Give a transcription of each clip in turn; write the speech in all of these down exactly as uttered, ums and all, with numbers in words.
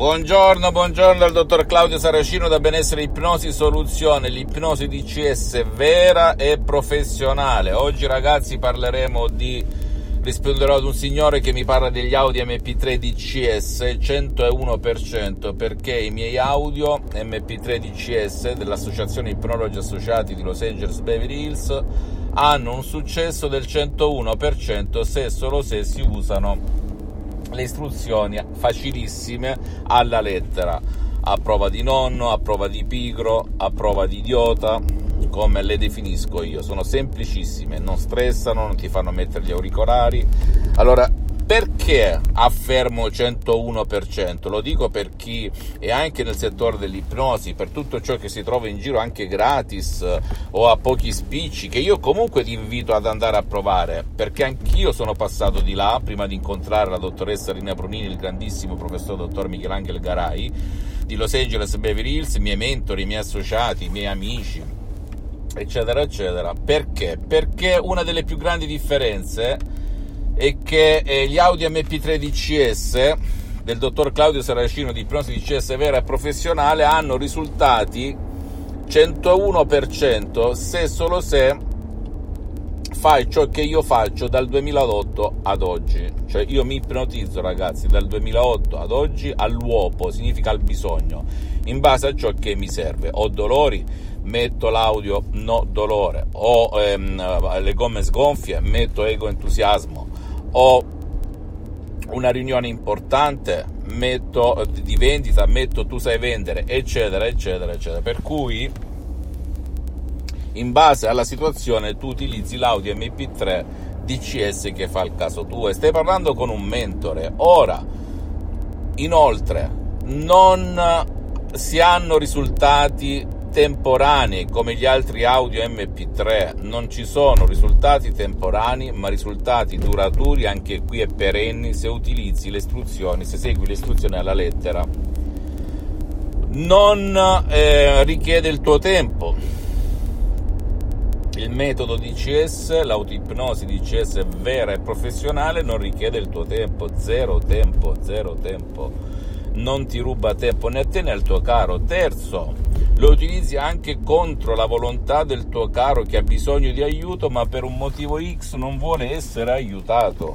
Buongiorno, buongiorno dal dottor Claudio Saracino da Benessere Ipnosi Soluzione, l'ipnosi D C S vera e professionale. Oggi ragazzi parleremo di, risponderò ad un signore che mi parla degli audio M P tre D C S centouno per cento, perché i miei audio M P tre D C S dell'Associazione Ipnologi Associati di Los Angeles Beverly Hills hanno un successo del centouno per cento se solo se si usano le istruzioni facilissime alla lettera, a prova di nonno, a prova di pigro, a prova di idiota, come le definisco io. Sono semplicissime, non stressano, non ti fanno mettere gli auricolari. Allora, perché affermo centouno per cento? Lo dico per chi è anche nel settore dell'ipnosi, per tutto ciò che si trova in giro anche gratis o a pochi spicci, che io comunque ti invito ad andare a provare, perché anch'io sono passato di là prima di incontrare la dottoressa Rina Brunini, il grandissimo professor dottor Michelangelo Garai di Los Angeles Beverly Hills, i miei mentori, i miei associati, i miei amici, eccetera eccetera. Perché? Perché una delle più grandi differenze è che eh, gli audio M P tre D C S del dottor Claudio Saracino di ipnosi D C S vera e professionale hanno risultati centouno per cento se solo se fai ciò che io faccio dal duemilaotto ad oggi. Cioè io mi ipnotizzo ragazzi dal duemilaotto ad oggi all'uopo, significa al bisogno, in base a ciò che mi serve. Ho dolori, metto l'audio no dolore, ho ehm, le gomme sgonfie, metto ego entusiasmo, ho una riunione importante, metto di vendita, metto tu sai vendere, eccetera eccetera eccetera. Per cui in base alla situazione tu utilizzi l'audio M P tre D C S che fa il caso tuo e stai parlando con un mentore. Ora, inoltre, non si hanno risultati temporanei come gli altri audio M P tre, non ci sono risultati temporanei ma risultati duraturi, anche qui e perenni, se utilizzi le istruzioni, se segui le istruzioni alla lettera. Non eh, richiede il tuo tempo. Il metodo D C S, l'autoipnosi D C S vera e professionale non richiede il tuo tempo, zero tempo, zero tempo, non ti ruba tempo né a te né al tuo caro. Terzo, lo utilizzi anche contro la volontà del tuo caro che ha bisogno di aiuto ma per un motivo X non vuole essere aiutato,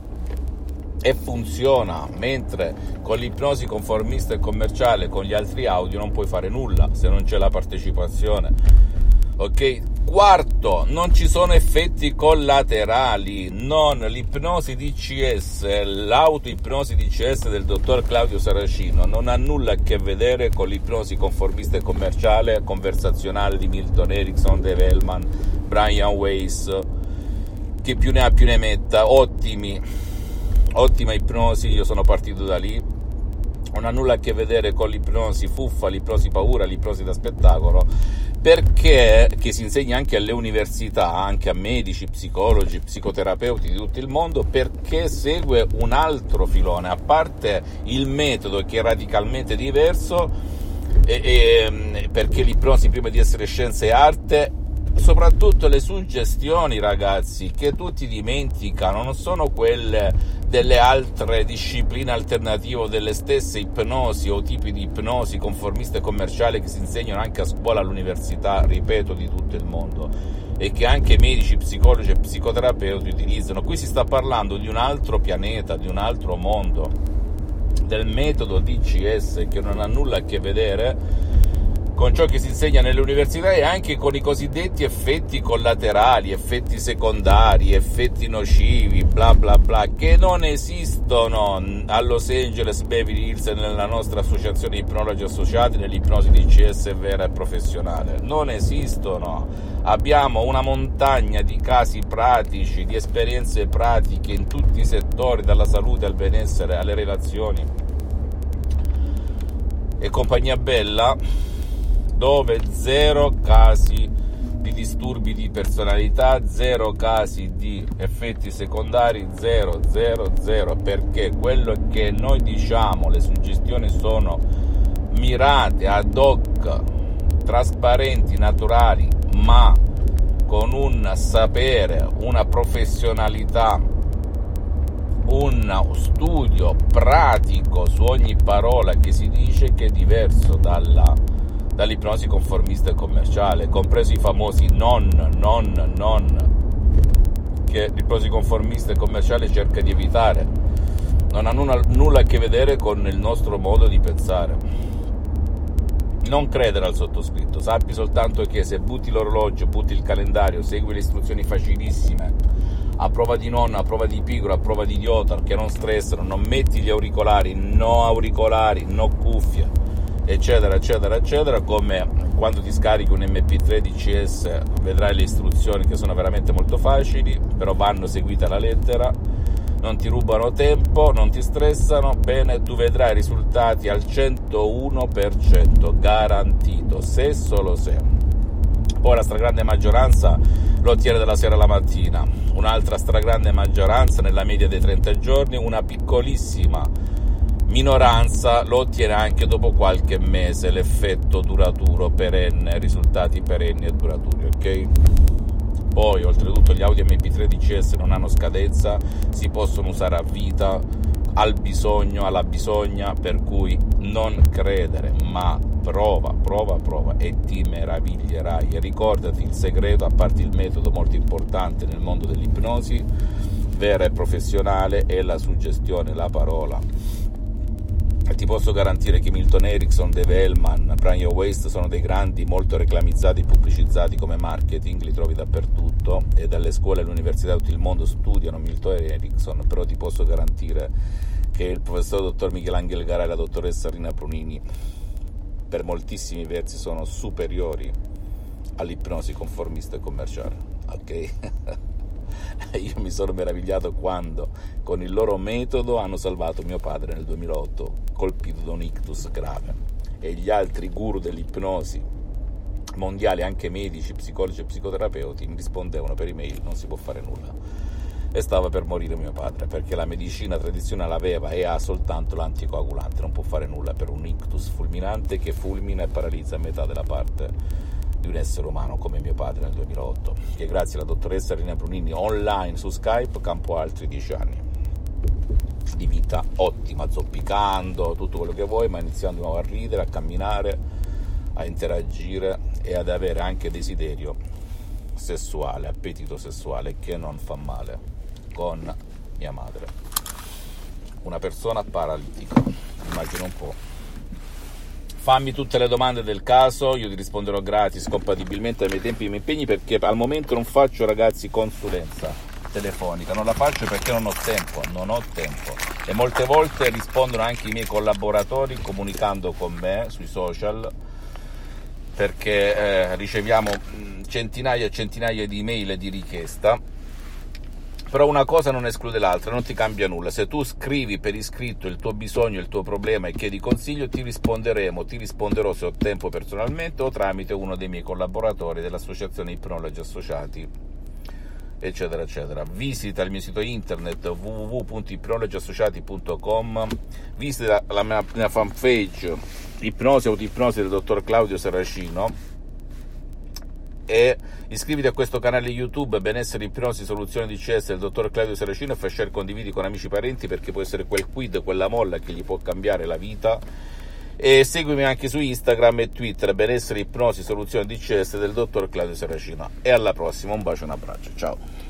e funziona, mentre con l'ipnosi conformista e commerciale, con gli altri audio non puoi fare nulla se non c'è la partecipazione. Ok? Quarto, non ci sono effetti collaterali. Non l'ipnosi D C S, l'autoipnosi D C S del dottor Claudio Saracino non ha nulla a che vedere con l'ipnosi conformista e commerciale conversazionale di Milton Erickson, Dave Hellman, Brian Weiss, che più ne ha più ne metta. Ottimi, ottima ipnosi, io sono partito da lì. Non ha nulla a che vedere con l'ipnosi fuffa, l'ipnosi paura, l'ipnosi da spettacolo, perché che si insegna anche alle università, anche a medici, psicologi, psicoterapeuti di tutto il mondo, perché segue un altro filone, a parte il metodo che è radicalmente diverso, e, e, perché l'ipnosi prima di essere scienza e arte, soprattutto le suggestioni ragazzi che tutti dimenticano non sono quelle delle altre discipline alternative o delle stesse ipnosi o tipi di ipnosi conformiste e commerciali che si insegnano anche a scuola, all'università, ripeto, di tutto il mondo, e che anche medici, psicologi e psicoterapeuti utilizzano. Qui si sta parlando di un altro pianeta, di un altro mondo, del metodo D C S, che non ha nulla a che vedere con ciò che si insegna nelle università e anche con i cosiddetti effetti collaterali, effetti secondari, effetti nocivi, bla bla bla, che non esistono a Los Angeles Beverly Hills e nella nostra associazione di ipnologi associati, nell'ipnosi D C S vera e professionale. Non esistono. Abbiamo una montagna di casi pratici, di esperienze pratiche in tutti i settori, dalla salute al benessere, alle relazioni e compagnia bella, dove zero casi di disturbi di personalità, zero casi di effetti secondari, zero, zero, zero, perché quello che noi diciamo, le suggestioni sono mirate, ad hoc, trasparenti, naturali, ma con un sapere, una professionalità, uno studio pratico su ogni parola che si dice, che è diverso dalla, dall'ipnosi conformista e commerciale, compreso i famosi non, non, non, che l'ipnosi conformista e commerciale cerca di evitare. Non ha nulla, nulla a che vedere con il nostro modo di pensare. Non credere al sottoscritto, sappi soltanto che se butti l'orologio, butti il calendario, segui le istruzioni facilissime, a prova di nonna, a prova di pigro, a prova di idiota, che non stressano, non metti gli auricolari, no auricolari, no cuffie, eccetera, eccetera, eccetera, come quando ti scarichi un emme pi tre D C S vedrai le istruzioni che sono veramente molto facili, però vanno seguite alla lettera. Non ti rubano tempo, non ti stressano, bene, tu vedrai risultati al centouno per cento, garantito, se solo se. Poi la stragrande maggioranza lo ottiene dalla sera alla mattina, un'altra stragrande maggioranza nella media dei trenta giorni, una piccolissima minoranza lo ottiene anche dopo qualche mese, l'effetto duraturo, perenne, risultati perenni e duraturi, ok? Poi oltretutto gli Audi emme pi tre D C S non hanno scadenza, si possono usare a vita, al bisogno, alla bisogna, per cui non credere, ma prova, prova, prova e ti meraviglierai. E ricordati il segreto, a parte il metodo molto importante nel mondo dell'ipnosi vera e professionale, è la suggestione, la parola. E ti posso garantire che Milton Erickson, Dave Hellman, Brian Weiss sono dei grandi, molto reclamizzati e pubblicizzati come marketing, li trovi dappertutto e dalle scuole e alle università di tutto il mondo studiano Milton Erickson, però ti posso garantire che il professor dottor Michelangelo Garai e la dottoressa Rina Prunini per moltissimi versi sono superiori all'ipnosi conformista e commerciale, ok? Io mi sono meravigliato quando con il loro metodo hanno salvato mio padre nel duemilaotto, colpito da un ictus grave, e gli altri guru dell'ipnosi mondiali, anche medici, psicologi e psicoterapeuti, mi rispondevano per email: non si può fare nulla. E stava per morire mio padre, perché la medicina tradizionale aveva e ha soltanto l'anticoagulante, non può fare nulla per un ictus fulminante che fulmina e paralizza metà della parte di un essere umano, come mio padre nel duemilaotto, che grazie alla dottoressa Rina Prunini online su Skype campò altri dieci anni di vita ottima, zoppicando, tutto quello che vuoi, ma iniziando di nuovo a ridere, a camminare, a interagire e ad avere anche desiderio sessuale, appetito sessuale, che non fa male, con mia madre, una persona paralitica, immagina un po'. Fammi tutte le domande del caso, io ti risponderò gratis, compatibilmente ai miei tempi e ai miei impegni, perché al momento non faccio, ragazzi, consulenza telefonica, non la faccio perché non ho tempo, non ho tempo. E molte volte rispondono anche i miei collaboratori comunicando con me sui social, perché eh, riceviamo centinaia e centinaia di email e di richiesta. Però una cosa non esclude l'altra, non ti cambia nulla. Se tu scrivi per iscritto il tuo bisogno, il tuo problema e chiedi consiglio, ti risponderemo, ti risponderò se ho tempo personalmente o tramite uno dei miei collaboratori dell'associazione Ipnologi Associati, eccetera, eccetera. Visita il mio sito internet w w w punto ipnologi associati punto com, visita la mia, mia fanpage Ipnosi e Autoipnosi del dottor Claudio Saracino e iscriviti a questo canale YouTube Benessere, Ipnosi, Soluzione D C S del dottor Claudio Saracino e fai share, condividi con amici e parenti, perché può essere quel quid, quella molla che gli può cambiare la vita. E seguimi anche su Instagram e Twitter Benessere, Ipnosi, Soluzione D C S del dottor Claudio Saracino. E alla prossima, un bacio e un abbraccio, ciao.